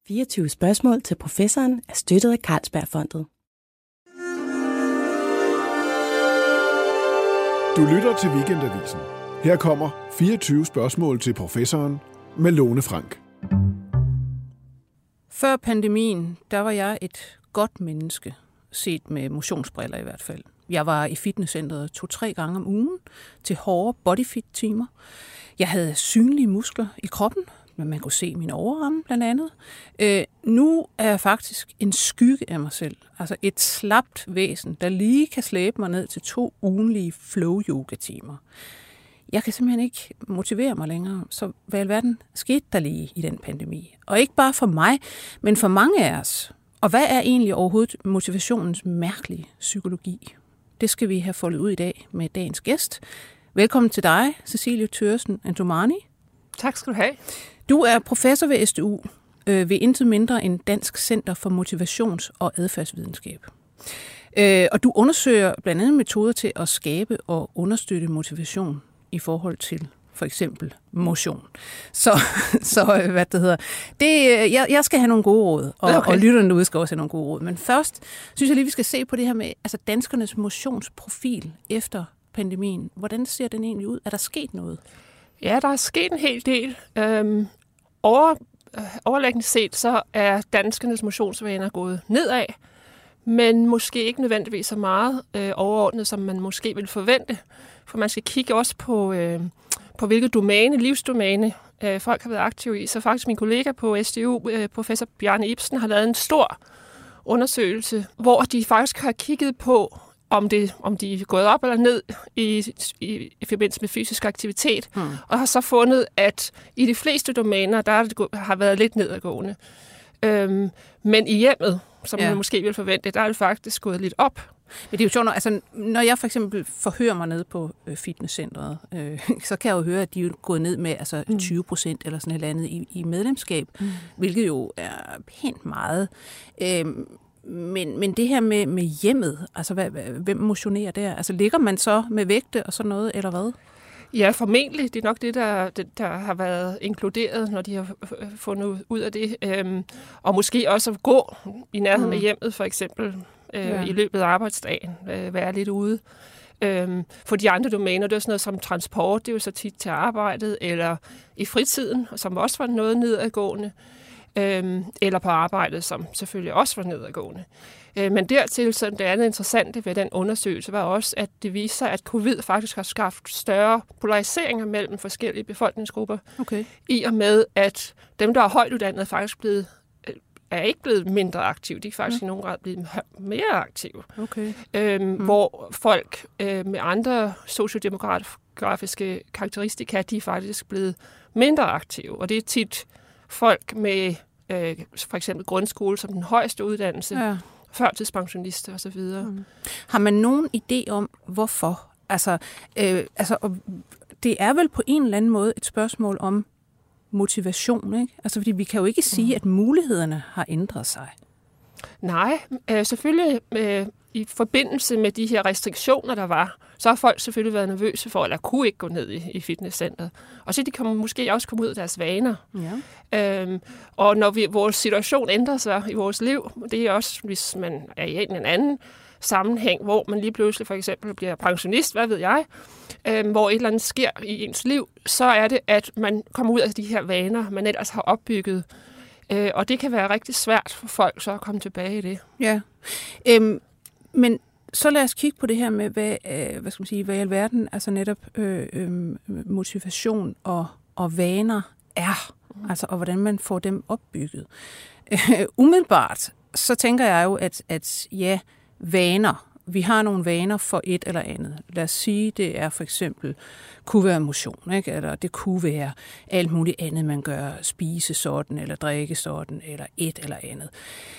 24 spørgsmål til professoren er støttet af Carlsbergfondet. Du lytter til Weekendavisen. Her kommer 24 spørgsmål til professoren med Lone Frank. Før pandemien, der var jeg et godt menneske, set med motionsbriller i hvert fald. Jeg var i fitnesscenteret 2-3 gange om ugen til hårde bodyfit-timer. Jeg havde synlige muskler i kroppen, men man kunne se min overarme blandt andet. Nu er jeg faktisk en skygge af mig selv. Altså et slapt væsen, der lige kan slæbe mig ned til 2 ugentlige flow-yoga-timer. Jeg kan simpelthen ikke motivere mig længere, så hvad i alverden skete der lige i den pandemi? Og ikke bare for mig, men for mange af os. Og hvad er egentlig overhovedet motivationens mærkelige psykologi? Det skal vi have foldet ud i dag med dagens gæst. Velkommen til dig, Cecilie Thøgersen Antomani. Tak skal du have. Du er professor ved SDU ved intet mindre end Dansk Center for Motivations- og Adfærdsvidenskab. Og du undersøger blandt andet metoder til at skabe og understøtte motivation i forhold til for eksempel motion. Så hvad det hedder. Jeg skal have nogle gode råd, og lytterne derude skal også have nogle gode råd. Men først synes jeg lige, vi skal se på det her med altså danskernes motionsprofil efter pandemien. Hvordan ser den egentlig ud? Er der sket noget? Ja, der er sket en hel del. Overlæggende set, så er danskernes motionsvaner gået nedad, men måske ikke nødvendigvis så meget overordnet, som man måske ville forvente. For man skal kigge også på hvilket livsdomæne folk har været aktive i. Så faktisk min kollega på SDU, professor Bjarne Ibsen, har lavet en stor undersøgelse, hvor de faktisk har kigget på, om de er gået op eller ned i forbindelse med fysisk aktivitet, og har så fundet, at i de fleste domæner, der har været lidt nedadgående. Men i hjemmet, som man måske vil forvente, der er det faktisk gået lidt op. Men det er jo sjovt, altså når jeg for eksempel forhører mig ned på fitnesscenteret, så kan jeg jo høre, at de er gået ned med 20% eller sådan et eller andet i medlemskab, hvilket jo er pænt meget. Men det her med hjemmet, altså hvem motionerer der? Altså ligger man så med vægte og sådan noget, eller hvad? Ja, formentlig. Det er nok det, der har været inkluderet, når de har fundet ud af det. Og måske også at gå i nærheden af hjemmet, for eksempel, i løbet af arbejdsdagen, være lidt ude. For de andre domæner, det er sådan noget som transport, det er jo så tit til arbejdet, eller i fritiden, som også var noget nedadgående. Eller på arbejdet, som selvfølgelig også var nedadgående. Men dertil, så det andet interessante ved den undersøgelse, var også, at det viser sig, at covid faktisk har skabt større polariseringer mellem forskellige befolkningsgrupper. Okay. I og med, at dem, der er højt uddannede, faktisk er ikke blevet mindre aktive. De er faktisk i nogen grad blevet mere aktive. Okay. Hvor folk med andre sociodemografiske karakteristika, de er faktisk blevet mindre aktive. Og det er tit folk med for eksempel grundskole som den højeste uddannelse, førtidspensionister osv. Har man nogen idé om, hvorfor? Altså, det er vel på en eller anden måde et spørgsmål om motivation, ikke? Altså, fordi vi kan jo ikke sige, at mulighederne har ændret sig. Nej, selvfølgelig i forbindelse med de her restriktioner, der var, så har folk selvfølgelig været nervøse for, eller kunne ikke gå ned i fitnesscenteret. Og så de måske også komme ud af deres vaner. Ja. Og når vores situation ændrer sig i vores liv, det er også, hvis man er i en anden sammenhæng, hvor man lige pludselig for eksempel bliver pensionist, hvad ved jeg, hvor et eller andet sker i ens liv, så er det, at man kommer ud af de her vaner, man ellers har opbygget. Og det kan være rigtig svært for folk så at komme tilbage i det. Ja, men så lad os kigge på det her med, hvad i alverden, altså netop motivation og vaner er, altså og hvordan man får dem opbygget. Umiddelbart, så tænker jeg jo, at ja, vaner, vi har nogle vaner for et eller andet. Lad os sige, det er for eksempel, kunne være motion, ikke? Eller det kunne være alt muligt andet, man gør, spise sådan, eller drikke sådan, eller et eller andet.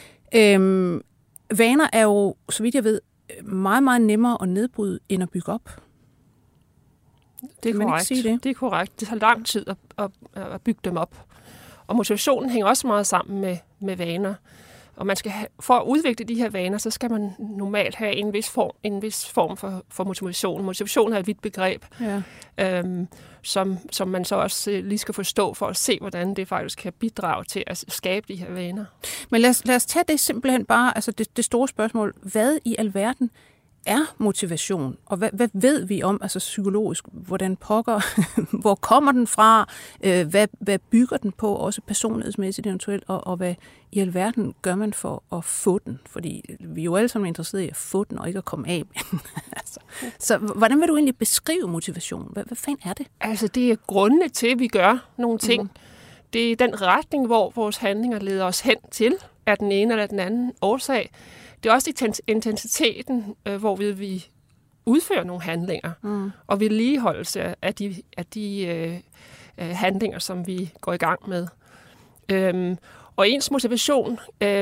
Vaner er jo, så vidt jeg ved, meget, meget nemmere at nedbryde, end at bygge op. Det er korrekt. Det er korrekt. Det tager lang tid at bygge dem op. Og motivationen hænger også meget sammen med vaner. Og man skal for at udvikle de her vaner, så skal man normalt have en vis form for motivation. Motivation er et vidt begreb, som man så også lige skal forstå for at se, hvordan det faktisk kan bidrage til at skabe de her vaner. Men lad os tage det simpelthen bare, altså det store spørgsmål. Hvad i alverden er motivation? Og hvad ved vi om, altså psykologisk, hvordan pokker, hvor kommer den fra, hvad bygger den på, også personlighedsmæssigt eventuelt, og hvad i alverden gør man for at få den? Fordi vi er jo alle sammen interesserede i at få den, og ikke at komme af med den. Altså. Så hvordan vil du egentlig beskrive motivation? Hvad fanden er det? Altså det er grundene til, at vi gør nogle ting. Det er den retning, hvor vores handlinger leder os hen til, af den ene eller den anden årsag. Det er også intensiteten, hvor vi udfører nogle handlinger, og vedligeholdelse af de handlinger, som vi går i gang med. Og ens motivation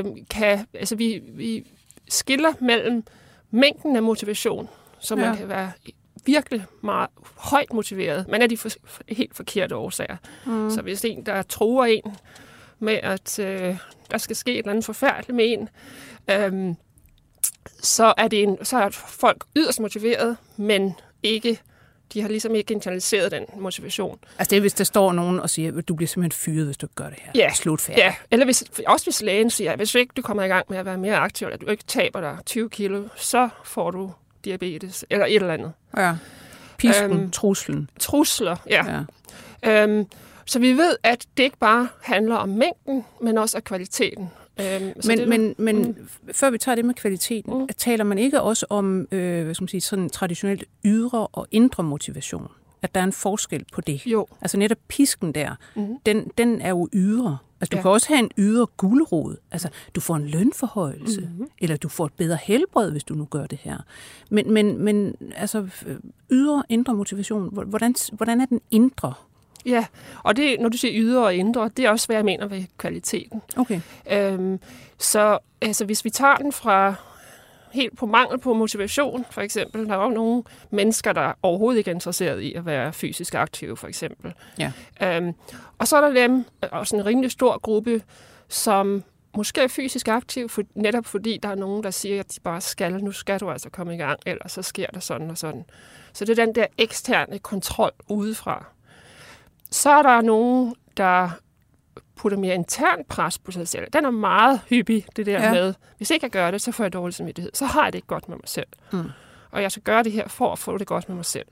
vi skiller mellem mængden af motivation, så man kan være virkelig meget højt motiveret, men af de helt forkerte årsager. Så hvis en, der truer en med, at der skal ske et eller andet forfærdeligt med en, så er folk yderst motiveret, men de har ligesom ikke internaliseret den motivation. Altså det er, hvis der står nogen og siger, at du bliver simpelthen fyret, hvis du ikke gør det her. Ja, slut færdig. Ja, eller hvis lægen siger, at hvis ikke du kommer i gang med at være mere aktiv, eller du ikke taber dig 20 kilo, så får du diabetes, eller et eller andet. Ja. Pisken, truslen. Trusler, ja. Så vi ved, at det ikke bare handler om mængden, men også om kvaliteten. Men før vi tager det med kvaliteten, taler man ikke også om sådan traditionelt ydre og indre motivation? At der er en forskel på det? Jo. Altså netop pisken der, den er jo ydre. Altså du kan også have en ydre gulerod. Altså du får en lønforhøjelse, eller du får et bedre helbred, hvis du nu gør det her. Men altså ydre indre motivation, hvordan er den indre? Ja, og det, når du siger ydre og indre, det er også, hvad jeg mener ved kvaliteten. Okay. Så altså, hvis vi tager den fra helt på mangel på motivation, for eksempel, der er jo nogle mennesker, der overhovedet ikke er interesseret i at være fysisk aktive, for eksempel. Ja. Og så er der dem, også en rimelig stor gruppe, som måske er fysisk aktiv, netop fordi der er nogen, der siger, at de bare skal, nu skal du altså komme i gang, ellers så sker der sådan og sådan. Så det er den der eksterne kontrol udefra. Så er der nogen, der putter mere intern pres på sig selv. Den er meget hyppig, det der med, hvis ikke jeg gør det, så får jeg dårlig samvittighed. Så har jeg det ikke godt med mig selv. Og jeg skal gøre det her for at få det godt med mig selv.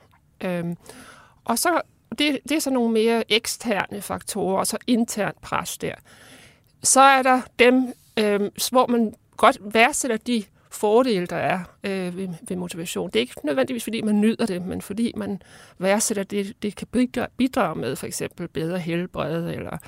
Og så, det er så nogle mere eksterne faktorer, og så internt pres der. Så er der dem, hvor man godt værdsætter de fordele, der er ved motivation. Det er ikke nødvendigvis, fordi man nyder det, men fordi man værdsætter det kan bidrage med, for eksempel bedre helbred, eller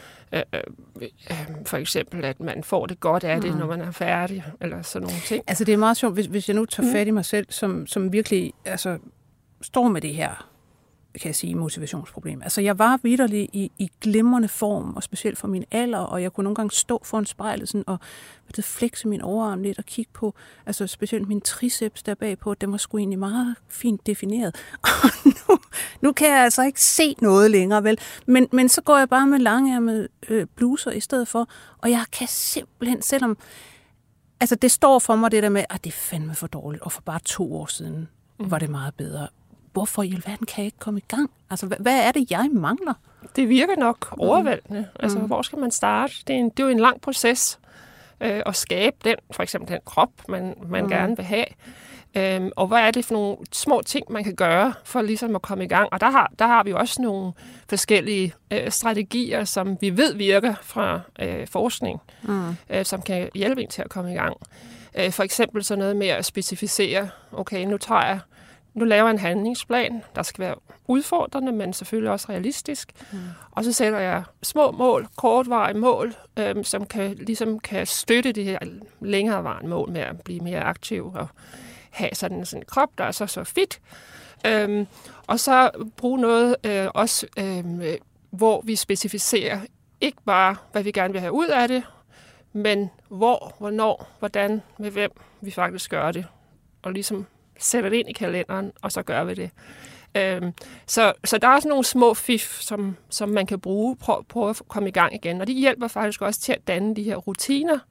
for eksempel, at man får det godt af det, når man er færdig, eller sådan nogle ting. Altså det er meget sjovt, hvis jeg nu tager fat i mig selv, som virkelig står med det her, kan jeg sige, motivationsproblem. Altså jeg var vitterlig i glimrende form, og specielt for min alder, og jeg kunne nogle gange stå foran spejlet sådan, og flekse min overarm lidt og kigge på, altså specielt min triceps der bagpå, den var sgu egentlig meget fint defineret. Og nu kan jeg altså ikke se noget længere, vel? Men så går jeg bare med langærmede bluser i stedet for, og jeg kan simpelthen, selvom altså det står for mig det der med, at det er fandme for dårligt, og for bare 2 år siden var det meget bedre. Hvorfor i alverden kan jeg ikke komme i gang? Altså, hvad er det, jeg mangler? Det virker nok overvældende. Altså, hvor skal man starte? Det er jo en lang proces at skabe for eksempel den krop, man gerne vil have. Og hvad er det for nogle små ting, man kan gøre for ligesom at komme i gang? Og der har vi jo også nogle forskellige strategier, som vi ved virker fra forskning, som kan hjælpe en til at komme i gang. For eksempel sådan noget med at specificere, okay, nu laver jeg en handlingsplan, der skal være udfordrende, men selvfølgelig også realistisk. Og så sætter jeg små mål, kortvarige mål, som kan støtte det her længerevarende mål med at blive mere aktiv og have sådan en krop, der er så fit. Og så bruge noget hvor vi specificerer ikke bare, hvad vi gerne vil have ud af det, men hvor, hvornår, hvordan, med hvem vi faktisk gør det. Og ligesom sætter det ind i kalenderen, og så gør vi det. Så der er sådan nogle små fif, som man kan bruge på at komme i gang igen. Og de hjælper faktisk også til at danne de her rutiner,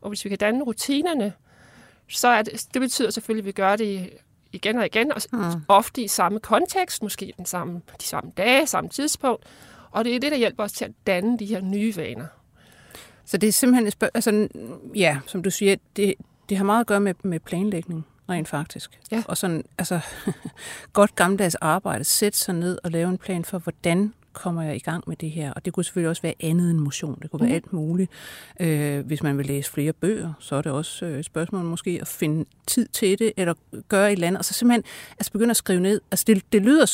Og hvis vi kan danne rutinerne, så er det betyder selvfølgelig, at vi gør det igen og igen, og ofte i samme kontekst, måske de samme dage, samme tidspunkt. Og det er det, der hjælper os til at danne de her nye vaner. Så det er simpelthen altså, ja, som du siger, det har meget at gøre med planlægning, rent faktisk. Ja. Og sådan, altså, godt gammeldags arbejde, sætte sig ned og lave en plan for, hvordan kommer jeg i gang med det her. Og det kunne selvfølgelig også være andet end motion. Det kunne være alt muligt. Hvis man vil læse flere bøger, så er det også et spørgsmål måske at finde tid til det, eller gøre et eller andet. Og så simpelthen begynde at skrive ned. Altså, det lyder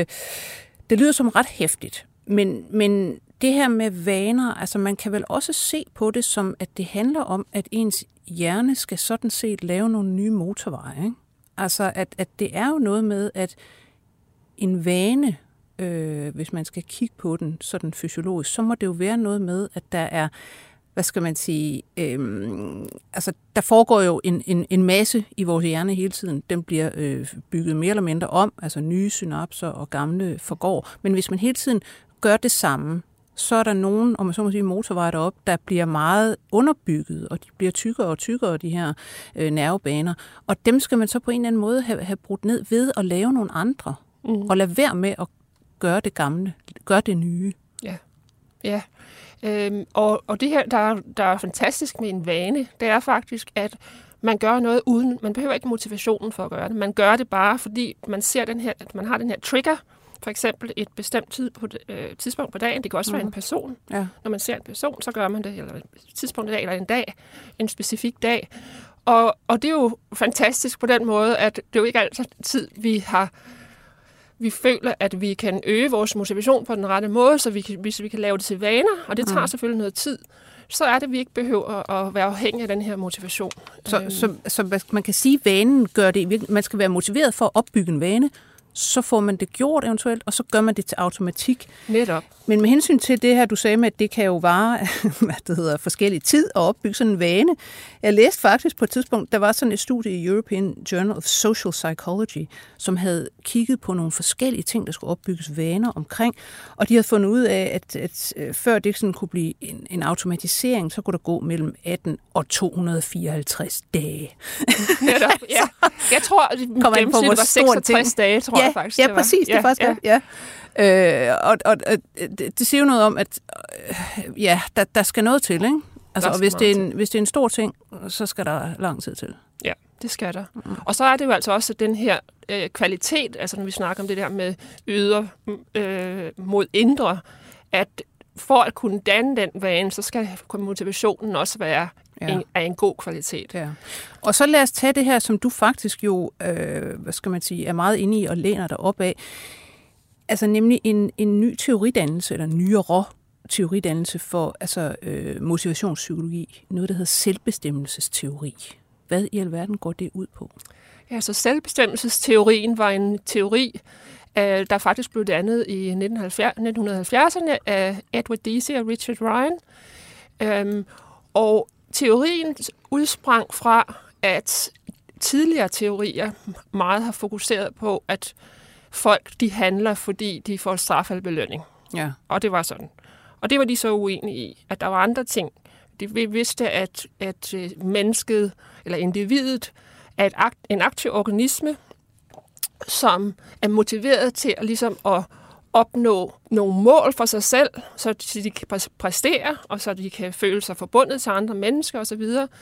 som ret hæftigt. Men det her med vaner, altså man kan vel også se på det som, at det handler om, at ens hjerne skal sådan set lave nogle nye motorveje. Ikke? Altså at det er jo noget med, at en vane, hvis man skal kigge på den sådan fysiologisk, så må det jo være noget med, at der er, hvad skal man sige, altså der foregår jo en masse i vores hjerne hele tiden. Den bliver bygget mere eller mindre om, altså nye synapser og gamle forgår. Men hvis man hele tiden gør det samme, så er der nogen, om man så må sige, motorveje deroppe, der bliver meget underbygget, og de bliver tykkere og tykkere, de her nervebaner. Og dem skal man så på en eller anden måde have brudt ned ved at lave nogle andre, og lade være med at gøre det gamle, gøre det nye. Ja. Og det her, der er fantastisk med en vane, det er faktisk, at man gør noget uden, man behøver ikke motivationen for at gøre det. Man gør det bare, fordi man ser at man har den her trigger, for eksempel et bestemt tidspunkt på dagen. Det kan også være en person. Ja. Når man ser en person, så gør man det, eller et tidspunkt i dag, eller en dag, en specifik dag. Og det er jo fantastisk på den måde, at det er jo ikke altid, vi føler, at vi kan øge vores motivation på den rette måde, så hvis vi kan lave det til vaner, og det tager selvfølgelig noget tid, så er det, at vi ikke behøver at være afhængige af den her motivation. Så man kan sige, at vanen gør det. Man skal være motiveret for at opbygge en vane, så får man det gjort eventuelt, og så gør man det til automatik. Netop. Men med hensyn til det her, du sagde med, at det kan jo vare forskellig tid at opbygge sådan en vane. Jeg læste faktisk på et tidspunkt, der var sådan et studie i European Journal of Social Psychology, som havde kigget på nogle forskellige ting, der skulle opbygges vaner omkring, og de havde fundet ud af, at før det sådan kunne blive en automatisering, så kunne der gå mellem 18 og 254 dage. Netop, ja. Jeg tror, at gennemsnittet var 66 dage, tror jeg faktisk. Ja, præcis. Det er faktisk ja. Og det siger jo noget om, at der skal noget til, ikke? Altså, og hvis det er en stor ting, så skal der lang tid til. Ja, det skal der. Og så er det jo altså også den her kvalitet, altså når vi snakker om det der med ydre mod indre, at for at kunne danne den vane, så skal motivationen også være af en god kvalitet. Ja. Og så lad os tage det her, som du faktisk jo, er meget inde i og læner dig op af. Altså nemlig en ny teoridannelse, eller nyere teoridannelse for motivationspsykologi. Noget, der hedder selvbestemmelsesteori. Hvad i alverden går det ud på? Ja, så selvbestemmelsesteorien var en teori, der faktisk blev dannet i 1970'erne af Edward Deci og Richard Ryan. Og teorien udsprang fra, at tidligere teorier meget har fokuseret på, at folk de handler, fordi de får straf eller belønning. Ja. Og det var sådan. Og det var de så uenige i, at der var andre ting. De vidste, at mennesket eller individet er en aktiv organisme, som er motiveret til at opnå nogle mål for sig selv, så de kan præstere, og så de kan føle sig forbundet til andre mennesker osv.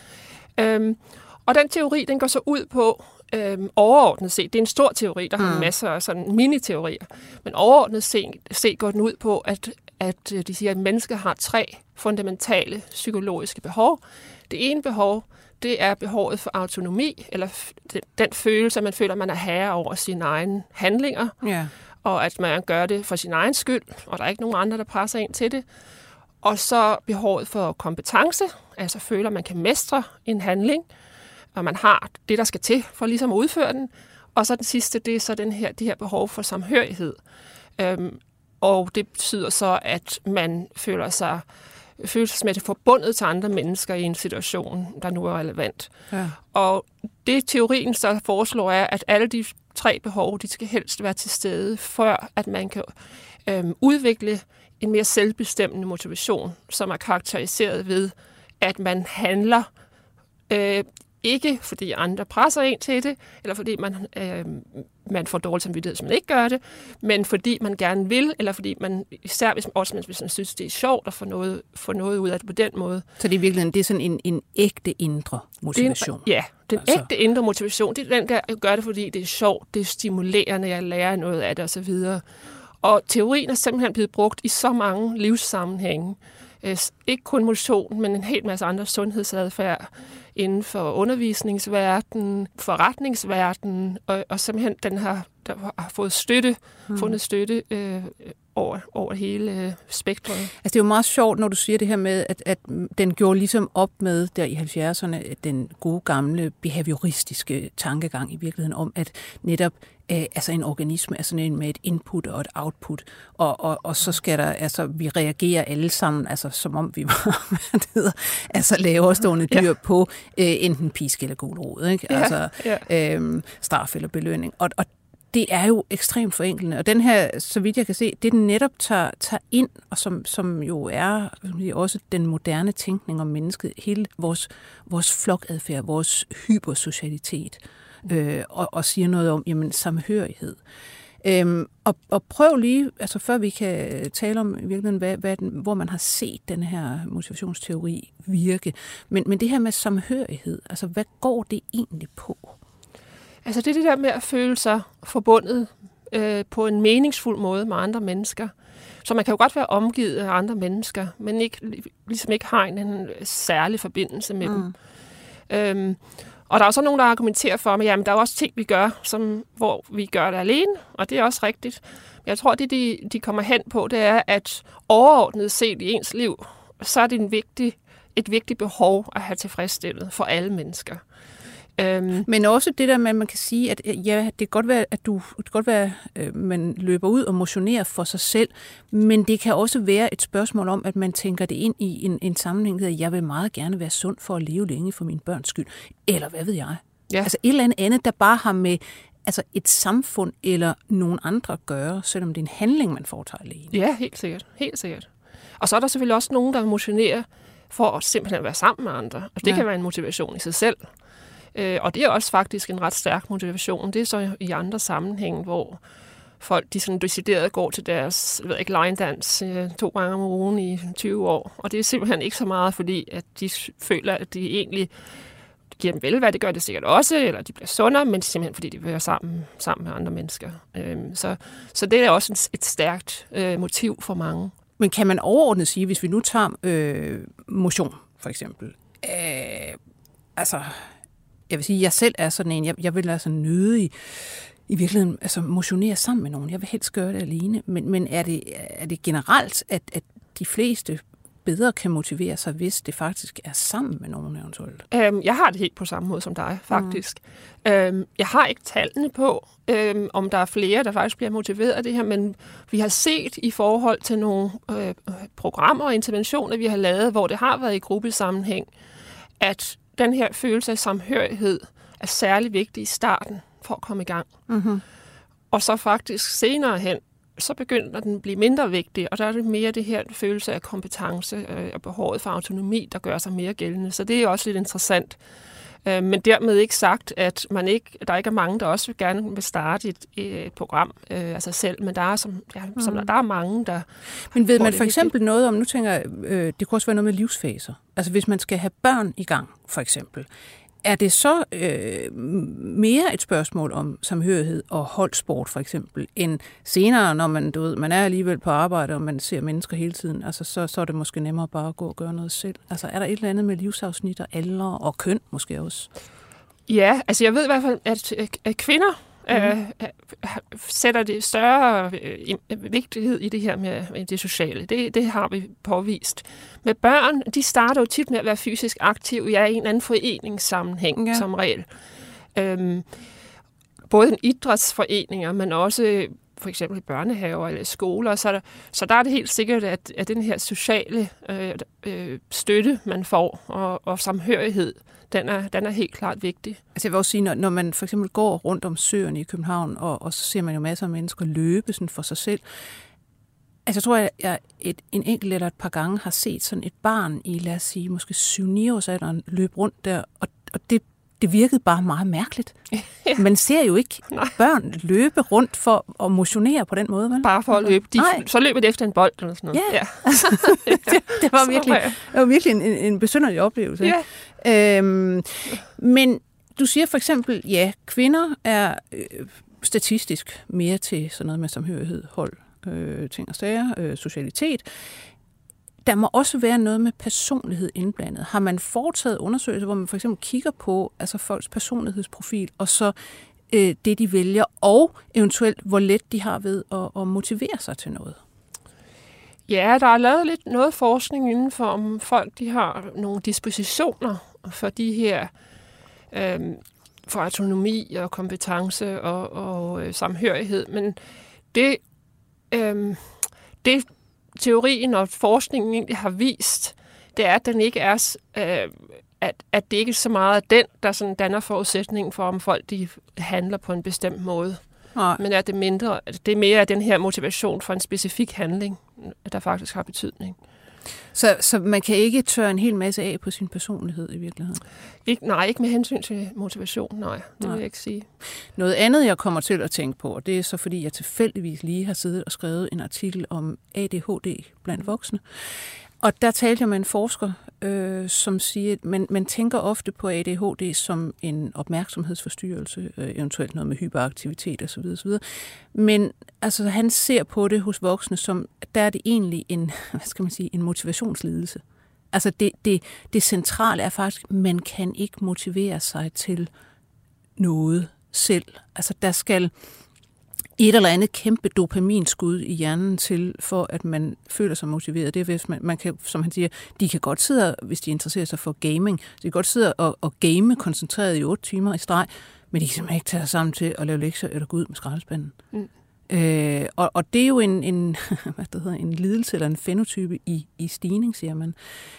Og den teori, den går så ud på, overordnet set, det er en stor teori, der har masser af sådan mini-teorier, men overordnet set går den ud på, at de siger, at mennesker har 3 fundamentale psykologiske behov. Det ene behov, det er behovet for autonomi, eller den følelse, at man føler, at man er herre over sine egne handlinger, og at man gør det for sin egen skyld, og der er ikke nogen andre, der presser ind til det. Og så behovet for kompetence, altså føler, at man kan mestre en handling, og man har det, der skal til for ligesom at udføre den. Og så den sidste, det er så det her behov for samhørighed. Og det betyder så, at man føler sig følelsesmæssigt forbundet til andre mennesker i en situation, der nu er relevant. Ja. Og det teorien så foreslår er, at alle de 3 behov, de skal helst være til stede, før at man kan udvikle en mere selvbestemmende motivation, som er karakteriseret ved, at man handler Ikke fordi andre presser en til det, eller fordi man får dårlig samvittighed, hvis man ikke gør det, men fordi man gerne vil, eller fordi man, især hvis man synes, det er sjovt at få noget ud af det på den måde. Så det er virkelig det er sådan en ægte indre motivation? Den ægte indre motivation, det er den, der gør det, fordi det er sjovt, det er stimulerende, jeg lærer noget af det osv. Og teorien er simpelthen blevet brugt i så mange livssammenhænge. Ikke kun motion, men en hel masse andre sundhedsadfærd inden for undervisningsverdenen, forretningsverdenen, og simpelthen der har fået støtte, fundet støtte over hele spektret. Altså det er jo meget sjovt, når du siger det her med, at den gjorde ligesom op med der i 70'erne den gode gamle behavioristiske tankegang i virkeligheden om, at netop altså en organisme er sådan en med et input og et output, og så skal der, vi reagerer alle sammen, altså som om vi var, laverstående dyr på enten pisk eller gulerod, ikke? Straf eller belønning. Og det er jo ekstremt forenklende, og den her, så vidt jeg kan se, det den netop tager ind, og som jo er også den moderne tænkning om mennesket, hele vores flokadfærd, vores hypersocialitet, og siger noget om samhørighed. Og prøv lige, altså før vi kan tale om i virkeligheden, hvor man har set den her motivationsteori virke, men det her med samhørighed, altså hvad går det egentlig på? Altså det er det der med at føle sig forbundet på en meningsfuld måde med andre mennesker. Så man kan jo godt være omgivet af andre mennesker, men ligesom ikke har en særlig forbindelse med dem. Og der er også nogen, der argumenterer for, at der er også ting, vi gør, hvor vi gør det alene, og det er også rigtigt. Men jeg tror, at det, de kommer hen på, det er, at overordnet set i ens liv, så er det et vigtigt behov at have tilfredsstillet for alle mennesker. Men også det der med, at man kan sige, at det kan godt være, at man løber ud og motionerer for sig selv, men det kan også være et spørgsmål om, at man tænker det ind i en sammenhæng, at jeg vil meget gerne være sund for at leve længe for mine børns skyld, eller hvad ved jeg? Ja. Altså et eller andet, der bare har med et samfund eller nogen andre at gøre, selvom det er en handling, man foretager alene. Ja, helt sikkert. Helt sikkert. Og så er der selvfølgelig også nogen, der motionerer for at simpelthen være sammen med andre. Og det kan være en motivation i sig selv. Og det er også faktisk en ret stærk motivation. Det er så i andre sammenhænge, hvor folk de sådan decideret går til deres line-dans 2 gange om ugen i 20 år. Og det er simpelthen ikke så meget, fordi at de føler, at de egentlig giver dem velvære. Det gør det sikkert også, eller de bliver sundere, men simpelthen fordi de vil være sammen med andre mennesker. Så det er også et stærkt motiv for mange. Men kan man overordnet sige, hvis vi nu tager motion for eksempel, jeg vil sige, at jeg selv er sådan en, jeg vil altså nødig i virkeligheden motionere sammen med nogen. Jeg vil helst gøre det alene. Men er det generelt, at de fleste bedre kan motivere sig, hvis det faktisk er sammen med nogen eventuelt? Jeg har det helt på samme måde som dig, faktisk. Jeg har ikke tallene på, om der er flere, der faktisk bliver motiveret af det her, men vi har set i forhold til nogle programmer og interventioner, vi har lavet, hvor det har været i gruppesammenhæng, at den her følelse af samhørighed er særlig vigtig i starten for at komme i gang. Mm-hmm. Og så faktisk senere hen, så begynder den at blive mindre vigtig, og der er det mere det her følelse af kompetence og behovet for autonomi, der gør sig mere gældende. Så det er også lidt interessant. Men dermed ikke sagt, at der ikke er mange, der også gerne vil starte et program af sig selv, men der er, der er mange, der... Men ved man for eksempel noget om, nu tænker jeg, det kunne også være noget med livsfaser. Altså hvis man skal have børn i gang, for eksempel, er det så mere et spørgsmål om samhørighed og holdsport, for eksempel, end senere, når man er alligevel på arbejde, og man ser mennesker hele tiden, altså så er det måske nemmere bare at gå og gøre noget selv. Altså er der et eller andet med livsafsnit og alder og køn måske også? Ja, altså jeg ved i hvert fald, at kvinder sætter det større vigtighed i det her med det sociale. Det har vi påvist. Med børn, de starter jo tit med at være fysisk aktive i en eller anden foreningssammenhæng som regel. Både idrætsforeninger, men også for eksempel børnehaver eller skoler. Så der er det helt sikkert, at den her sociale støtte, man får, og samhørighed, den er helt klart vigtig. Altså jeg vil også sige, når man for eksempel går rundt om søerne i København, og så ser man jo masser af mennesker løbe sådan for sig selv. Altså jeg tror, jeg en enkelt eller et par gange har set sådan et barn i, lad os sige, måske 7-9 års alderen løbe rundt der, og og det virkede bare meget mærkeligt. Man ser jo ikke børn løbe rundt for at motionere på den måde, vel? Bare for at løbe. Så løber de efter en bold eller sådan noget. Ja. det var virkelig en besynderlig oplevelse. Ja. Men du siger for eksempel, ja, kvinder er statistisk mere til sådan noget med samhørighed, hold, ting og sager, socialitet. Der må også være noget med personlighed indblandet. Har man foretaget undersøgelser, hvor man for eksempel kigger på altså folks personlighedsprofil, og så det, de vælger, og eventuelt, hvor let de har ved at motivere sig til noget? Ja, der er lavet lidt noget forskning inden for, om folk de har nogle dispositioner for de her, for autonomi og kompetence og samhørighed. Men det teorien og forskningen egentlig har vist, det er, at den ikke er, at det ikke er så meget af den, der sådan danner forudsætningen for, om folk de handler på en bestemt måde. Nej. Men at det er mere af den her motivation for en specifik handling, der faktisk har betydning. Så man kan ikke tørre en hel masse af på sin personlighed i virkeligheden? Ikke med hensyn til motivation, nej. Det vil jeg ikke sige. Noget andet, jeg kommer til at tænke på, og det er så fordi, jeg tilfældigvis lige har siddet og skrevet en artikel om ADHD blandt voksne. Og der talte jeg med en forsker, som siger, at man tænker ofte på ADHD som en opmærksomhedsforstyrrelse, eventuelt noget med hyperaktivitet osv. osv. Men altså, han ser på det hos voksne som, der er det egentlig en motivationslidelse. Altså det centrale er faktisk, at man kan ikke motivere sig til noget selv. Altså der skal et eller andet kæmpe dopaminskud i hjernen til, for at man føler sig motiveret. Det er, hvis man kan, som han siger, de kan godt sidde, hvis de interesserer sig for gaming, de kan godt sidde og game koncentreret i 8 timer i streg, men de kan simpelthen ikke tage sig sammen til at lave lektier eller gå ud med skraldespanden. Og det er jo en lidelse eller en fænotype i stigning, siger man.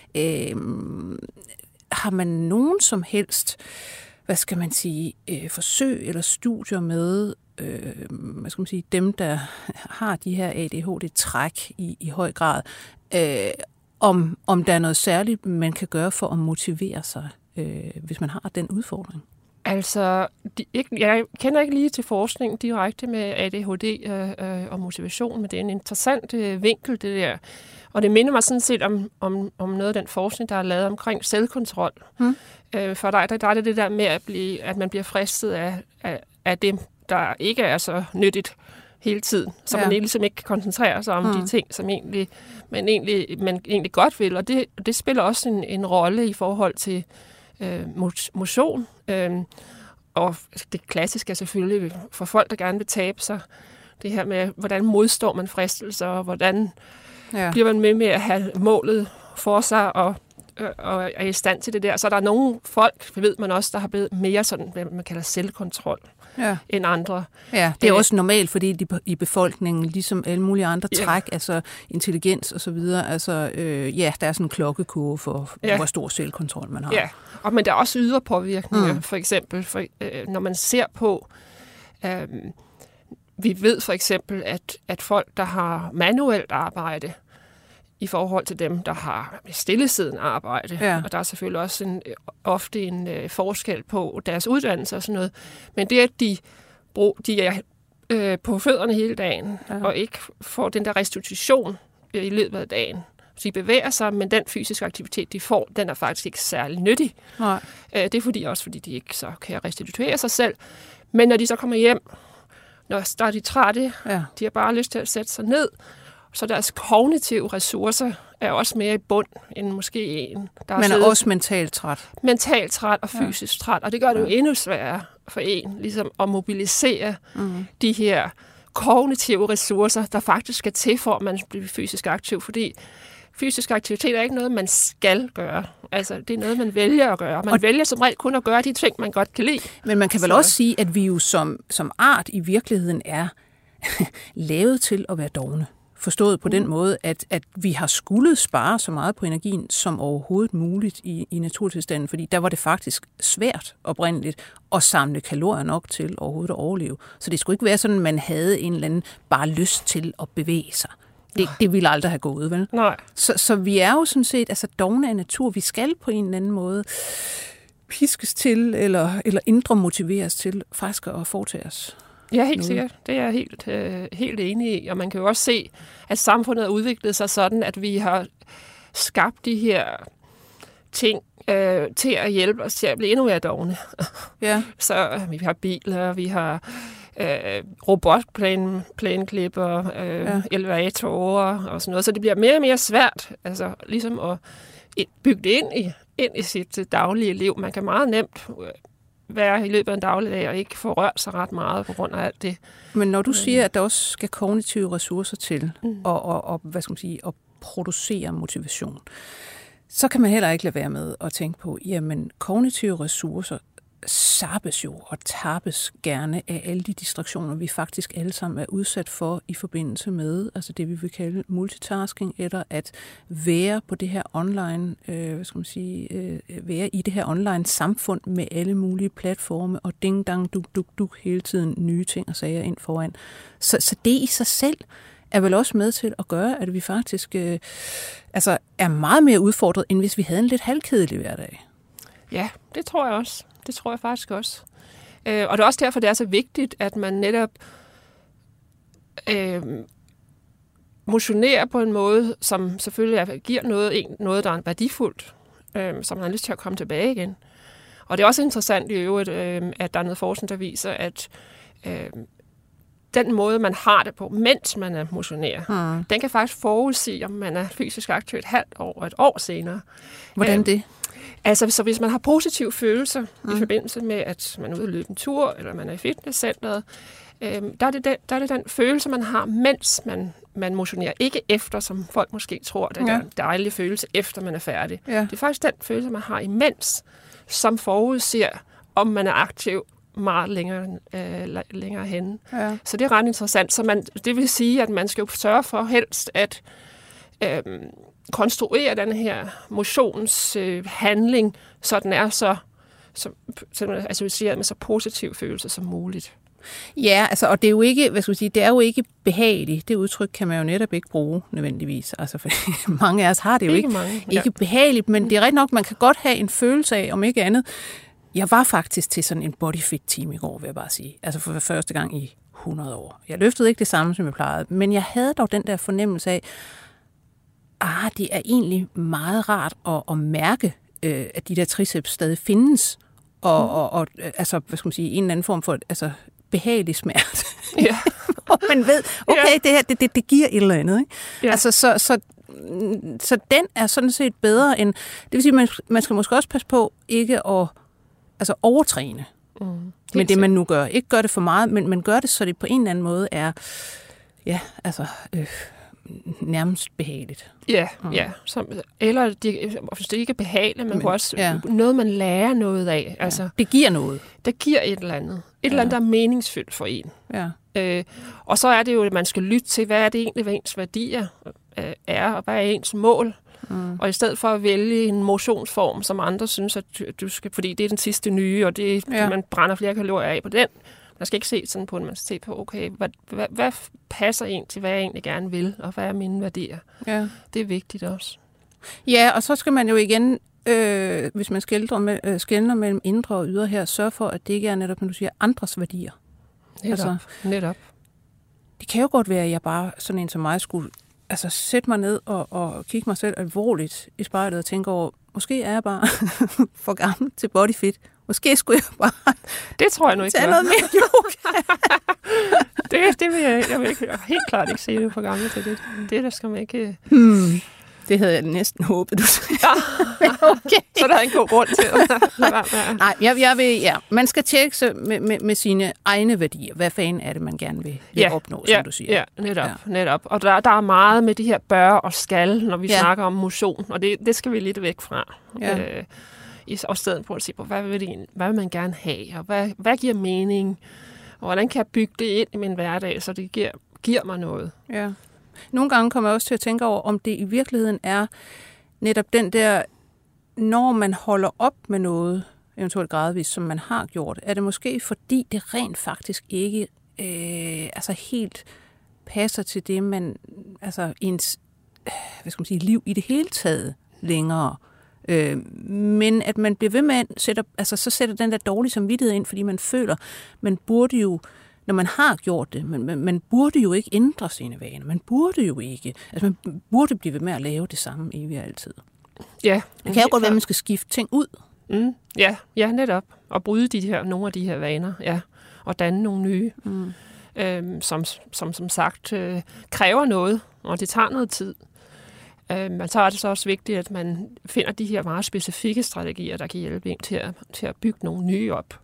Har man nogen som helst, forsøg eller studier med dem, der har de her ADHD-træk i høj grad, om der er noget særligt, man kan gøre for at motivere sig, hvis man har den udfordring? Altså, jeg kender ikke lige til forskning direkte med ADHD og motivation, men det er en interessant vinkel, det der. Og det minder mig sådan set om noget af den forskning, der er lavet omkring selvkontrol. For der er det der med, at man bliver fristet af det, der ikke er så nyttigt hele tiden, så man ligesom ikke kan koncentrere sig om de ting, som man egentlig godt vil. Og det spiller også en rolle i forhold til motion. Og det klassiske er selvfølgelig for folk, der gerne vil tabe sig, det her med, hvordan modstår man fristelser, og hvordan bliver man med at have målet for sig, og er i stand til det der. Så der er nogle folk, ved man også, der har blevet mere sådan, hvad man kalder selvkontrol end andre. Ja, det er også normalt, fordi de i befolkningen, ligesom alle mulige andre træk, altså intelligens og så videre, altså der er sådan en klokkekurve for, hvor stor selvkontrol man har. Ja, men der er også ydre påvirkninger, for eksempel, når man ser på, vi ved for eksempel, at folk, der har manuelt arbejde, i forhold til dem, der har stillesiddende arbejde. Og der er selvfølgelig også ofte en forskel på deres uddannelse og sådan noget. Men det, at de er på fødderne hele dagen, og ikke får den der restitution i løbet af dagen. Så de bevæger sig, men den fysiske aktivitet, de får, den er faktisk ikke særlig nyttig. Nej. Det er fordi de ikke så kan restituere sig selv. Men når de så kommer hjem, når er de trætte, de har bare lyst til at sætte sig ned, så deres kognitive ressourcer er også mere i bund, end måske en, der men er også mentalt træt. Mentalt træt og fysisk træt, og det gør det jo endnu sværere for en, ligesom at mobilisere de her kognitive ressourcer, der faktisk skal til, for at man bliver fysisk aktiv, fordi fysisk aktivitet er ikke noget, man skal gøre. Altså, det er noget, man vælger at gøre. Man vælger som regel kun at gøre de ting, man godt kan lide. Men man kan vel også sige, at vi jo som art i virkeligheden er lavet til at være dovne. Forstået på den måde, at vi har skullet spare så meget på energien som overhovedet muligt i naturtilstanden, fordi der var det faktisk svært oprindeligt at samle kalorier nok til overhovedet at overleve. Så det skulle ikke være sådan, at man havde en eller anden bare lyst til at bevæge sig. Det ville aldrig have gået, vel? Nej. Så vi er jo sådan set dovne af natur. Vi skal på en eller anden måde piskes til, eller indre motiveres til faktisk at foretage os. Ja, helt sikkert. Det er jeg helt enig i. Og man kan jo også se, at samfundet har udviklet sig sådan, at vi har skabt de her ting til at hjælpe os til at blive endnu mere dovne. Ja. Så vi har biler, vi har robotplæneklipper, elevatorer og sådan noget. Så det bliver mere og mere svært, altså ligesom at bygge det ind i sit daglige liv. Man kan meget nemt være i løbet af en dagligdag og ikke få rørt sig ret meget på grund af alt det. Men når du siger, at der også skal kognitive ressourcer til og hvad skal man sige, at producere motivation, så kan man heller ikke lade være med at tænke på, jamen kognitive ressourcer sappes jo og tappes gerne af alle de distraktioner, vi faktisk alle sammen er udsat for i forbindelse med, altså det vi vil kalde multitasking, eller at være på det her online, være i det her online samfund med alle mulige platforme og ding dang duk hele tiden nye ting og sager ind foran. Så det i sig selv er vel også med til at gøre, at vi faktisk er meget mere udfordret, end hvis vi havde en lidt halvkedelig hverdag. Ja, det tror jeg også. Det tror jeg faktisk også. Og det er også derfor, det er så vigtigt, at man netop motionerer på en måde, som selvfølgelig giver noget, der er værdifuldt, som man har lyst til at komme tilbage igen. Og det er også interessant i øvrigt, at der er noget forskning, der viser, at den måde, man har det på, mens man motionerer, den kan faktisk forudsige, om man er fysisk aktiv et halvt år og et år senere. Hvordan det? Altså, så hvis man har positive følelser i forbindelse med, at man er ude at løbe en tur, eller man er i fitnesscenteret, der er det den følelse, man har, mens man motionerer. Ikke efter, som folk måske tror, det er en dejlig følelse, efter man er færdig. Ja. Det er faktisk den følelse, man har imens, som forudser, om man er aktiv meget længere henne. Ja. Så det er ret interessant. Så det vil sige, at man skal jo sørge for helst at konstruere den her motionshandling, så den er så associeret med så positiv følelse som muligt. Ja, altså, og det er jo ikke, det er jo ikke behageligt. Det udtryk kan man jo netop ikke bruge nødvendigvis. Altså, for mange af os har det jo ikke behageligt, men det er rigtig nok, man kan godt have en følelse af, om ikke andet. Jeg var faktisk til sådan en bodyfit-team i går, vil jeg bare sige. Altså for første gang i 100 år. Jeg løftede ikke det samme, som jeg plejede, men jeg havde dog den der fornemmelse af, det er egentlig meget rart at mærke, at de der triceps stadig findes, og altså, hvad skal man sige, en eller anden form for behagelig smerte. Ja. Og man ved, okay, det her, det giver et eller andet, ikke? Ja. Altså, så den er sådan set bedre end, det vil sige, man skal måske også passe på ikke at overtræne. Men det man nu gør, ikke gør det for meget, men gør det, så det på en eller anden måde er, nærmest behageligt. Ja. Eller hvis det ikke er behageligt, men også noget, man lærer noget af. Altså, det giver noget. Det giver et eller andet. Et eller andet, der er meningsfyldt for en. Ja. Og så er det jo, at man skal lytte til, hvad er det egentlig, hvad ens værdier er, og hvad er ens mål. Og i stedet for at vælge en motionsform, som andre synes, at du skal, fordi det er den sidste nye, og man brænder flere kalorier af på den. Man skal ikke se sådan på, at man skal se på, okay, hvad passer en til, hvad jeg egentlig gerne vil, og hvad er mine værdier. Ja. Det er vigtigt også. Ja, og så skal man jo igen, hvis man skelner mellem indre og ydre her, sørge for, at det ikke er netop, når du siger, andres værdier. Netop. Det kan jo godt være, at jeg bare, sådan en som mig, skulle sætte mig ned og kigge mig selv alvorligt i spejlet og tænke over, måske er jeg bare for gammel til bodyfit. Måske skulle jeg bare det tror jeg nu ikke. Tage noget mere yoga. det vil jeg vil helt klart ikke se det for gammel til det. Det der skal man ikke. Det havde jeg næsten håbet, du sagde. Okay. Så der er en god grund til at lade være med. Nej, jeg vil, man skal tjekke sig med sine egne værdier. Hvad fanden er det, man gerne vil opnå, som du siger. Ja, netop. Og der er meget med de her bør og skal, når vi snakker om motion. Og det skal vi lidt væk fra. Ja. Og stedet på at se på, hvad vil man gerne have, og hvad giver mening, og hvordan kan jeg bygge det ind i min hverdag, så det giver mig noget. Ja. Nogle gange kommer jeg også til at tænke over, om det i virkeligheden er netop den der, når man holder op med noget, eventuelt gradvist, som man har gjort, er det måske fordi det rent faktisk ikke helt passer til det, man, ens liv i det hele taget længere Men at man bliver ved med at så sætter den der dårlige samvittighed ind, fordi man føler, man burde jo, når man har gjort det, man burde jo ikke ændre sine vaner. Man burde jo ikke. Altså man burde blive ved med at lave det samme evigt altid. Ja. Det kan jo godt være, at man skal skifte ting ud. Ja, netop. Og bryde nogle af de her vaner, ja. Og danne nogle nye, som sagt kræver noget, og det tager noget tid. Men så er det så også vigtigt, at man finder de her meget specifikke strategier, der kan hjælpe en til at bygge nogle nye op.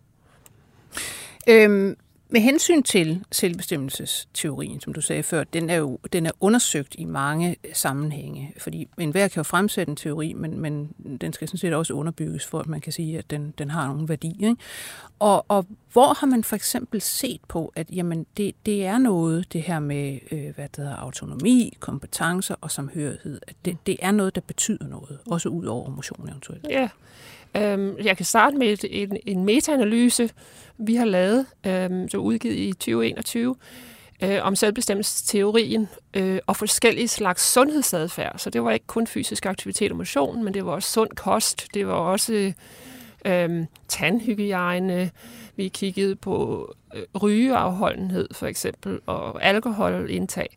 Med hensyn til selvbestemmelsesteorien, som du sagde før, den er undersøgt i mange sammenhænge, fordi enhver kan jo fremsætte en teori, men den skal sådan set også underbygges, for at man kan sige, at den har nogle værdi. Ikke? Og hvor har man for eksempel set på, at jamen, det er noget, det her med autonomi, kompetencer og samhørighed, at det er noget, der betyder noget, også ud over motion eventuelt? Ja. Jeg kan starte med en metaanalyse, vi har lavet, som er udgivet i 2021, om selvbestemmelsesteorien og forskellige slags sundhedsadfærd. Så det var ikke kun fysisk aktivitet og motion, men det var også sund kost, det var også tandhygiejne, vi kiggede på rygeafholdenhed for eksempel, og alkoholindtag.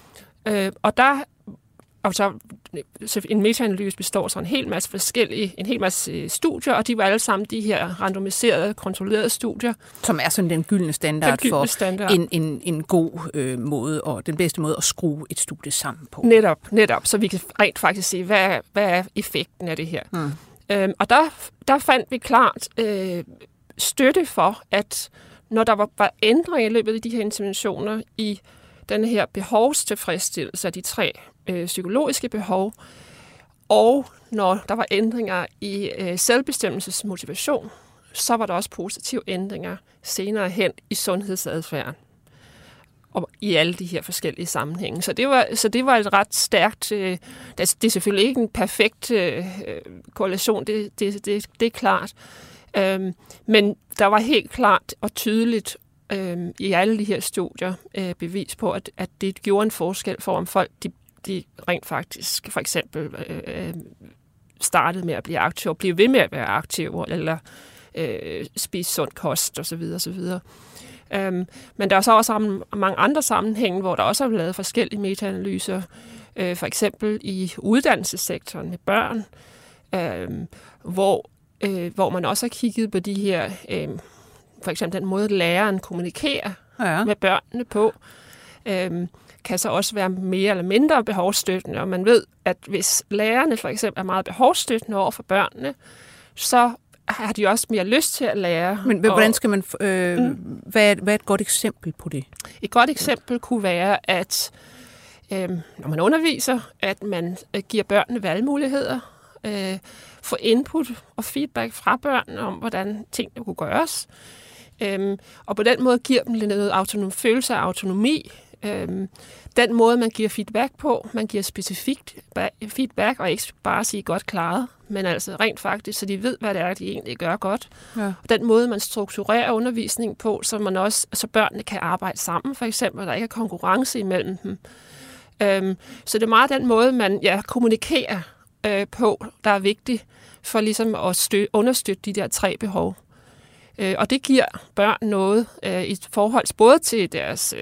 Og så en metaanalyse består så en hel masse studier, og de var alle sammen de her randomiserede, kontrollerede studier. Som er sådan den gyldne standard for en god måde, og den bedste måde at skrue et studie sammen på. Netop, så vi kan rent faktisk se, hvad er effekten af det her. Og der fandt vi klart støtte for, at når der var ændringer i løbet af de her interventioner i den her behovstilfredsstillelse af de 3 psykologiske behov, og når der var ændringer i selvbestemmelsesmotivation, så var der også positive ændringer senere hen i sundhedsadfærden og i alle de her forskellige sammenhænge. Så det var et ret stærkt. Det er selvfølgelig ikke en perfekt korrelation, det er klart. Men der var helt klart og tydeligt i alle de her studier bevis på, at det gjorde en forskel for, om folk de rent faktisk for eksempel startede med at blive aktive, og blive ved med at være aktive, eller spise sund kost osv. Men der er så også mange andre sammenhænge, hvor der også er lavet forskellige metaanalyser, for eksempel i uddannelsessektoren med børn, hvor man også har kigget på de her, for eksempel den måde, læreren kommunikerer med børnene på, kan så også være mere eller mindre behovsstøttende, og man ved, at hvis lærerne for eksempel er meget behovsstøttende over for børnene, så har de også mere lyst til at lære. Men hvordan skal man... hvad er et godt eksempel på det? Et godt eksempel kunne være, at når man underviser, at man giver børnene valgmuligheder, får input og feedback fra børnene om, hvordan tingene kunne gøres, og på den måde giver dem noget følelse af autonomi. Den måde, man giver feedback på, man giver specifikt feedback, og ikke bare sige godt klaret, men altså rent faktisk, så de ved, hvad det er, de egentlig gør godt. Ja. Og den måde, man strukturerer undervisningen på, så børnene kan arbejde sammen, for eksempel, og der ikke er konkurrence imellem dem. Så det er meget den måde, man kommunikerer på, der er vigtig for ligesom at understøtte de der 3 behov. Og det giver børn noget i forhold både til deres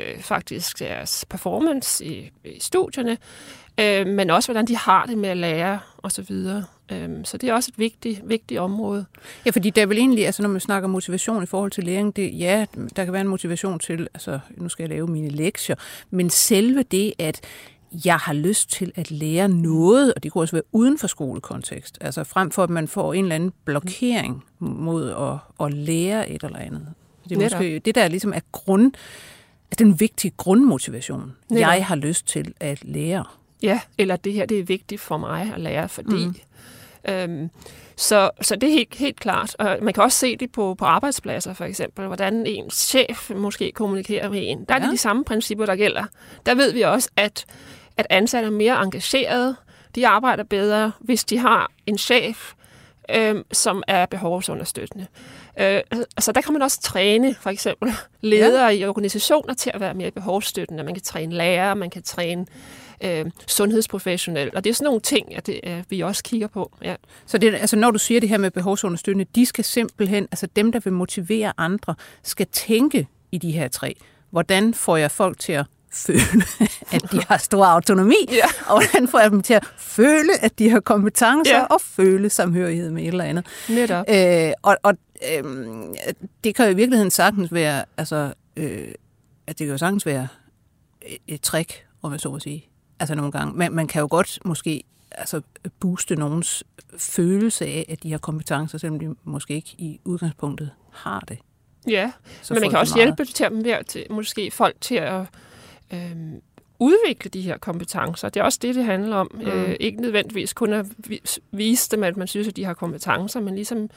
performance i studierne, men også hvordan de har det med at lære osv. Så det er også et vigtigt område. Ja, fordi der er vel egentlig, altså når man snakker motivation i forhold til læring, der kan være en motivation til, altså nu skal jeg lave mine lektier, men selve det, at jeg har lyst til at lære noget, og det kunne også være uden for skolekontekst, altså frem for, at man får en eller anden blokering mod at lære et eller andet. Det er måske det, der ligesom er den vigtige grundmotivation. Netop. Jeg har lyst til at lære. Ja, eller det her, det er vigtigt for mig at lære, fordi... Så det er helt klart. Og man kan også se det på arbejdspladser, for eksempel, hvordan ens chef måske kommunikerer med en. Der er det de samme principper, der gælder. Der ved vi også, at ansatte er mere engagerede. De arbejder bedre, hvis de har en chef, som er behovsunderstøttende. Så der kan man også træne, for eksempel, ledere i organisationer til at være mere behovsstøttende. Man kan træne lærere, man kan træne sundhedsprofessionel. Og det er sådan nogle ting, at vi også kigger på. Ja. Så det, altså, når du siger det her med behovsunderstøttende, de skal simpelthen, altså dem, der vil motivere andre, skal tænke i de her 3. Hvordan får jeg folk til at føle, at de har stor autonomi, og hvordan får jeg dem til at føle, at de har kompetencer, og føle samhørighed med et eller andet. Netop. Det kan jo i virkeligheden sagtens være, at det kan jo sagtens være et trick, om jeg så må sige. Altså nogle gange. Man kan jo godt måske booste nogens følelse af, at de har kompetencer, selvom de måske ikke i udgangspunktet har det. Ja, men man kan også hjælpe til måske folk til at udvikle de her kompetencer. Det er også det handler om. Ikke nødvendigvis kun at vise dem, at man synes, at de har kompetencer, men ligesom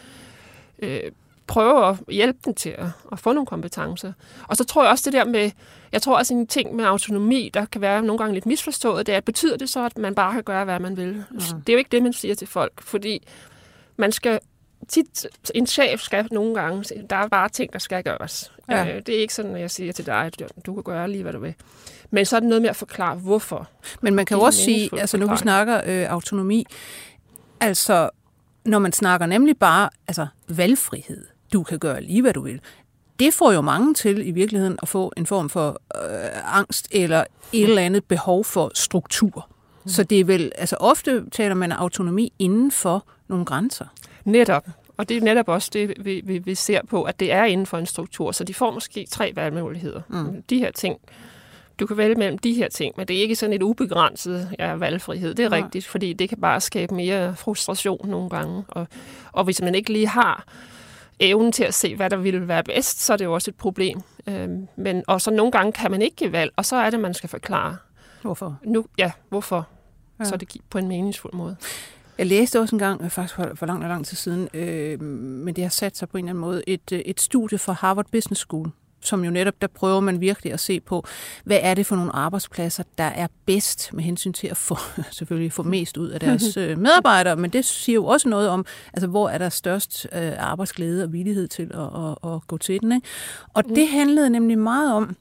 prøve at hjælpe dem til at få nogle kompetencer. Og så tror jeg også det der med, jeg tror også en ting med autonomi, der kan være nogle gange lidt misforstået, det er, at betyder det så, at man bare kan gøre, hvad man vil? Det er jo ikke det, man siger til folk, fordi man skal tit, en chef skal nogle gange, der er bare ting, der skal gøres. Ja. Det er ikke sådan, at jeg siger til dig, at du kan gøre lige, hvad du vil. Men så er det noget med at forklare, hvorfor. Men man kan jo også sige, altså nu vi snakker autonomi, altså når man snakker nemlig bare valgfrihed, du kan gøre lige, hvad du vil, det får jo mange til i virkeligheden at få en form for angst eller et eller andet behov for struktur. Så det er vel, ofte taler man autonomi inden for nogle grænser. Netop. Og det er netop også det, vi ser på, at det er inden for en struktur. Så de får måske 3 valgmuligheder. De her ting. Du kan vælge mellem de her ting, men det er ikke sådan et ubegrænset valgfrihed. Det er rigtigt, fordi det kan bare skabe mere frustration nogle gange. Og hvis man ikke lige har evnen til at se, hvad der ville være bedst, så er det jo også et problem. Og så nogle gange kan man ikke give valg, og så er det, man skal forklare. Hvorfor? Hvorfor? Ja. Så det på en meningsfuld måde. Jeg læste også engang, faktisk for lang tid siden, men det har sat sig på en eller anden måde, et studie fra Harvard Business School, som jo netop, der prøver man virkelig at se på, hvad er det for nogle arbejdspladser, der er bedst med hensyn til at selvfølgelig få mest ud af deres medarbejdere, men det siger jo også noget om, hvor er der størst arbejdsglæde og villighed til at gå til den. Ikke? Og det handlede nemlig meget om,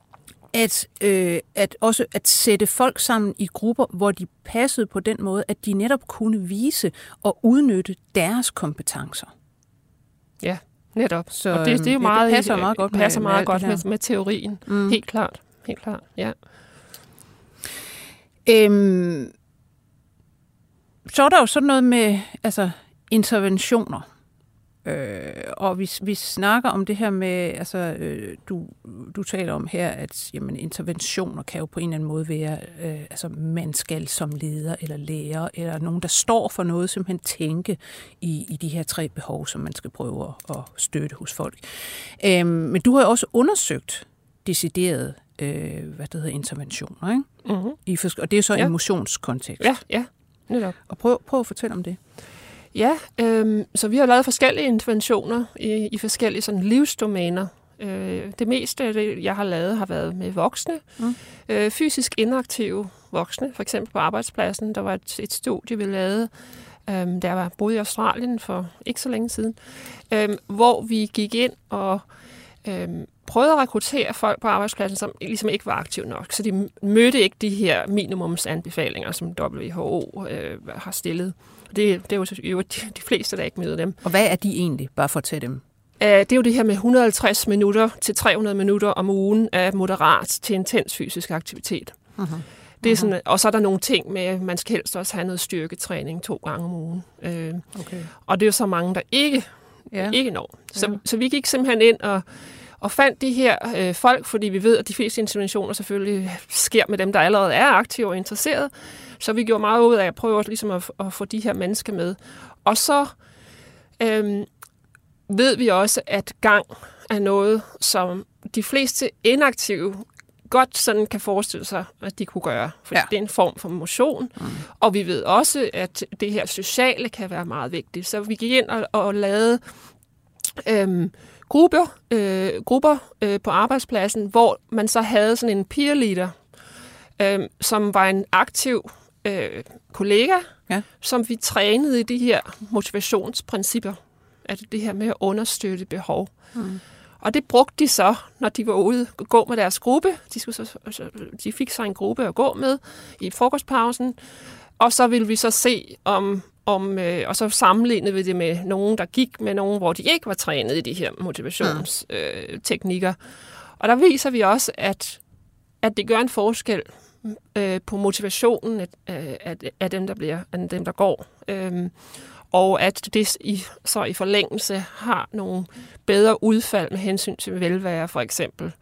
at sætte folk sammen i grupper, hvor de passede på den måde, at de netop kunne vise og udnytte deres kompetencer. Ja, netop. Så og det er jo meget, det passer meget godt, med teorien. Helt klart. Ja. Så er der jo sådan noget med interventioner. Og vi snakker om det her med, du taler om her, at interventioner kan jo på en eller anden måde være, man skal som leder eller lærer, eller nogen, der står for noget, simpelthen tænke i de her 3 behov, som man skal prøve at støtte hos folk. Men du har jo også undersøgt decideret, interventioner, ikke? Mm-hmm. Og det er så en motionskontekst. Ja, netop. Og prøv at fortælle om det. Ja, så vi har lavet forskellige interventioner i forskellige sådan livsdomæner. Det meste af det, jeg har lavet, har været med voksne. Fysisk inaktive voksne, for eksempel på arbejdspladsen. Der var et studie, vi lavede, der var boet i Australien for ikke så længe siden, hvor vi gik ind og prøvede at rekruttere folk på arbejdspladsen, som ligesom ikke var aktive nok. Så de mødte ikke de her minimumsanbefalinger, som WHO har stillet. Det er jo de fleste, der ikke møder dem. Og hvad er de egentlig, bare for at tage dem? Det er jo det her med 150 minutter til 300 minutter om ugen af moderat til intens fysisk aktivitet. Uh-huh. Det er sådan, og så er der nogle ting med, at man skal helst også have noget styrketræning 2 gange om ugen. Okay. Og det er jo så mange, der ikke når. Så vi gik simpelthen ind og fandt de her folk, fordi vi ved, at de fleste interventioner selvfølgelig sker med dem, der allerede er aktive og interesserede. Så vi gjorde meget ud af at prøve ligesom at få de her mennesker med. Og så ved vi også, at gang er noget, som de fleste inaktive godt sådan kan forestille sig, at de kunne gøre. For det er en form for motion. Og vi ved også, at det her sociale kan være meget vigtigt. Så vi gik ind og lavede grupper på arbejdspladsen, hvor man så havde sådan en peer leader, som var en aktiv kollega, som vi trænede i de her motivationsprincipper, altså det her med at understøtte behov. Og det brugte de så, når de var ude og gå med deres gruppe. De fik så en gruppe at gå med i frokostpausen. Og så ville vi så se, og så sammenlignede vi det med nogen, der gik med nogen, hvor de ikke var trænet i de her motivationsteknikker. Og der viser vi også, at det gør en forskel på motivationen af dem, der går. Og at det så i forlængelse har nogle bedre udfald med hensyn til velvære, for eksempel.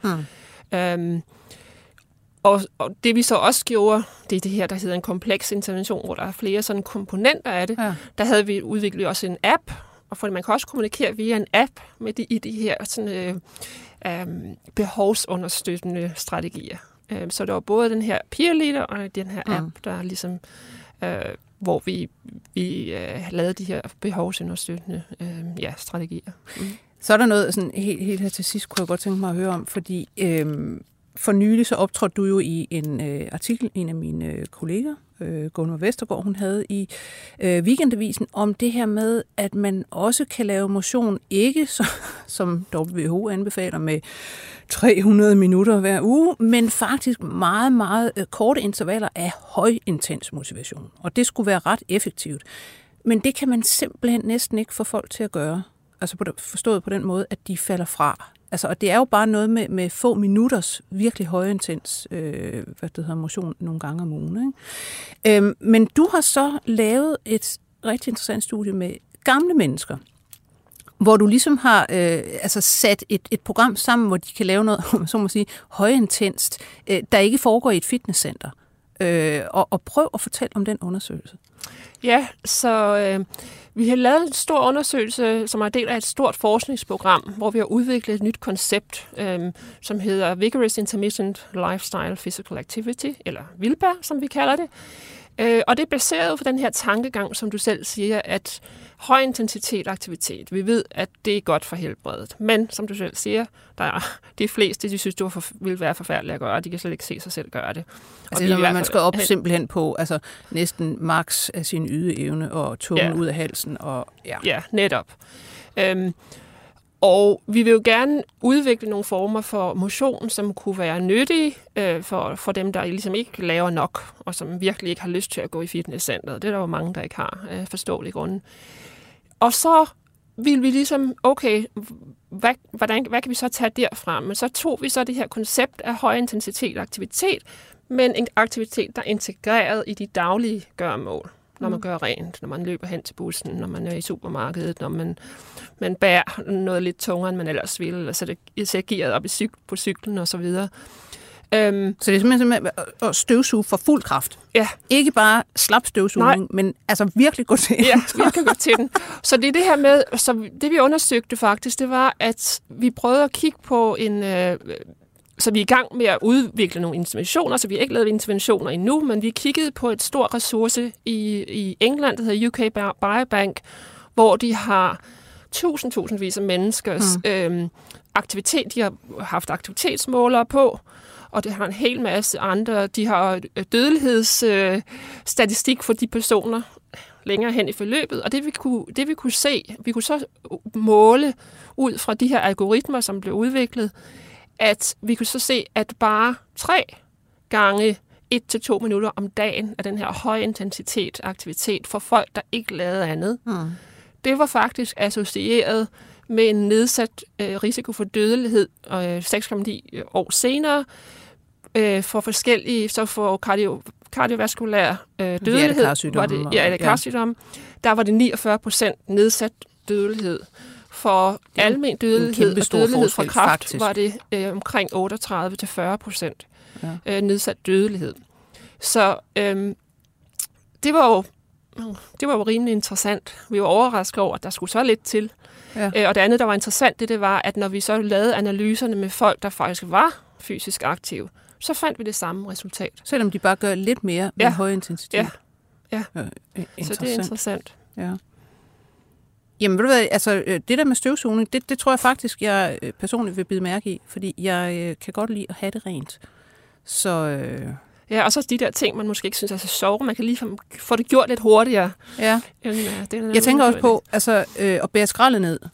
Og det vi så også gjorde, det er det her, der hedder en kompleks intervention, hvor der er flere sådan komponenter af det. Ja. Der havde vi udviklet også en app, og for man kan også kommunikere via en app med i de her sådan, behovsunderstøttende strategier. Så der var både den her peer leader og den her app, der ligesom, hvor vi lavede de her behovsunderstøttende strategier. Så er der noget sådan helt her til sidst, kunne jeg godt tænke mig at høre om, fordi for nylig så optrådte du jo i en artikel, en af mine kolleger, Gunvor Vestergaard, hun havde i Weekendavisen, om det her med, at man også kan lave motion, ikke som WHO anbefaler med 300 minutter hver uge, men faktisk meget, meget korte intervaller af højintens motivation. Og det skulle være ret effektivt. Men det kan man simpelthen næsten ikke få folk til at gøre. Altså forstået på den måde, at de falder fra. Altså, og det er jo bare noget med få minutters virkelig højintens motion nogle gange om ugen. Ikke? Men du har så lavet et rigtig interessant studie med gamle mennesker, hvor du ligesom har sat et program sammen, hvor de kan lave noget, så må sige, højintenst, der ikke foregår i et fitnesscenter. Og prøv at fortælle om den undersøgelse. Ja, så vi har lavet en stor undersøgelse, som er del af et stort forskningsprogram, hvor vi har udviklet et nyt koncept, som hedder Vigorous Intermittent Lifestyle Physical Activity, eller VILPA, som vi kalder det. Og det er baseret på den her tankegang, som du selv siger, at høj intensitet aktivitet, vi ved, at det er godt for helbredet. Men, som du selv siger, der er de fleste, de synes, det vil være forfærdeligt at gøre, og de kan slet ikke se sig selv gøre det. Altså, man skal op simpelthen på næsten max af sin ydeevne og tungen ud af halsen. Ja, netop. Og vi vil jo gerne udvikle nogle former for motion, som kunne være nyttige for dem, der ligesom ikke laver nok, og som virkelig ikke har lyst til at gå i fitnesscenteret. Det er der jo mange, der ikke har forståelige grunde. Og så vil vi ligesom, okay, hvad kan vi så tage derfra? Men så tog vi så det her koncept af høj intensitet aktivitet, men en aktivitet, der er integreret i de daglige gøremål. Når man gør rent, når man løber hen til bussen, når man er i supermarkedet, når man bærer noget lidt tungere, end man ellers ville, eller sætter gearet op på cyklen og så videre. Så det er simpelthen at støvsuge for fuld kraft. Ja. Ikke bare slap støvsugning, men altså virkelig gå til. Ja, virkelig gå til den. Så det er det her med, så det vi undersøgte faktisk, det var, at vi prøvede at kigge på så vi er i gang med at udvikle nogle interventioner, så vi har ikke lavet interventioner endnu, men vi kiggede på et stort ressource i England, der hedder UK Biobank, hvor de har tusindvis af menneskers aktivitet. De har haft aktivitetsmålere på, og det har en hel masse andre. De har dødelighedsstatistik for de personer længere hen i forløbet, og det vi kunne se, vi kunne så måle ud fra de her algoritmer, som blev udviklet, at vi kunne så se, at bare 3 gange 1-2 minutter om dagen af den her højintensitet aktivitet for folk, der ikke lavede andet, det var faktisk associeret med en nedsat risiko for dødelighed 6,9 år senere for forskellige, så for kardiovaskulær dødelighed, hjertekarsygdomme, der var det 49% nedsat dødelighed. For almen dødelighed og dødelighed fra kræft faktisk. Var det omkring 38-40% nedsat dødelighed. Så det var jo rimelig interessant. Vi var overrasket over, at der skulle så lidt til. Ja. Og det andet, der var interessant, det var, at når vi så lavede analyserne med folk, der faktisk var fysisk aktive, så fandt vi det samme resultat. Selvom de bare gør lidt mere med høj intensitet. Ja. Så det er interessant. Ja. Jamen, ved du hvad, altså det der med støvsugning, det tror jeg faktisk, jeg personligt vil bide mærke i, fordi jeg kan godt lide at have det rent. Så ja, og så de der ting, man måske ikke synes er så sjove, man kan lige få det gjort lidt hurtigere. Ja. Jeg tænker også på, altså at bære skraldet ned.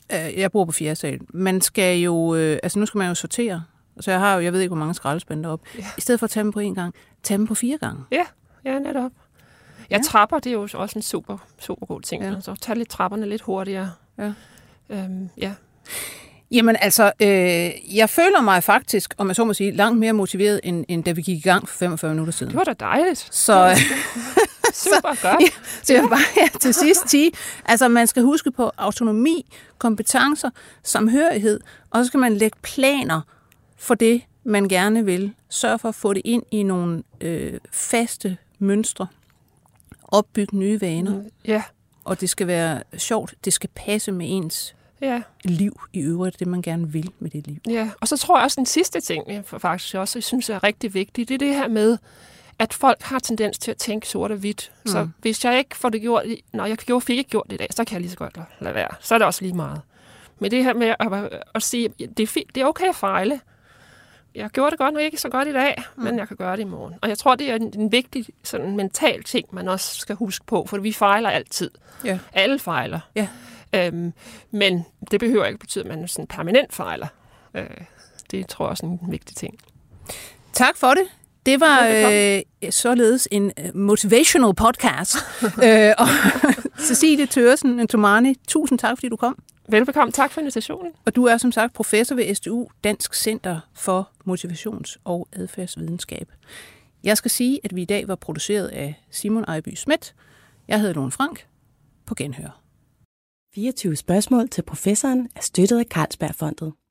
Jeg bor på 4. sal. Man skal jo, nu skal man jo sortere. Så jeg ved ikke, hvor mange skraldespande deroppe. Ja. I stedet for at tage dem på 1 gang, tage dem på 4 gange. Ja, netop. Ja, trapper, det er jo også en super, super god ting. Ja. Så tag lidt trapperne lidt hurtigere. Ja. Ja. Jamen altså, jeg føler mig faktisk, om jeg så må sige, langt mere motiveret, end da vi gik i gang for 45 minutter siden. Det var da dejligt. Så, super godt. Ja, så jeg vil bare til sidst sige, altså man skal huske på autonomi, kompetencer, samhørighed, og så skal man lægge planer for det, man gerne vil. Sørg for at få det ind i nogle faste mønstre. Opbygge nye vaner. Ja. Og det skal være sjovt. Det skal passe med ens liv i øvrigt, det man gerne vil med det liv. Ja, og så tror jeg også, den sidste ting, jeg faktisk også synes er rigtig vigtigt, det er det her med, at folk har tendens til at tænke sort og hvidt. Så hvis jeg ikke får det gjort, fik ikke gjort det i dag, så kan jeg lige så godt lade være. Så er det også lige meget. Men det her med at sige, det er okay at fejle. Jeg gjorde det godt nok ikke så godt i dag, men jeg kan gøre det i morgen. Og jeg tror, det er en vigtig sådan mental ting, man også skal huske på, for vi fejler altid. Ja. Alle fejler. Ja. Men det behøver ikke betyde, at man sådan permanent fejler. Det tror jeg også er en vigtig ting. Tak for det. Det var således en motivational podcast. Og Cecilie Thøgersen Tomani, tusind tak, fordi du kom. Velbekomme. Tak for invitationen. Og du er som sagt professor ved SDU, Dansk Center for Motivations- og Adfærdsvidenskab. Jeg skal sige, at vi i dag var produceret af Simon Ejby Schmidt. Jeg hedder Lone Frank. På genhør. 24 spørgsmål til professoren er støttet af Carlsbergfondet.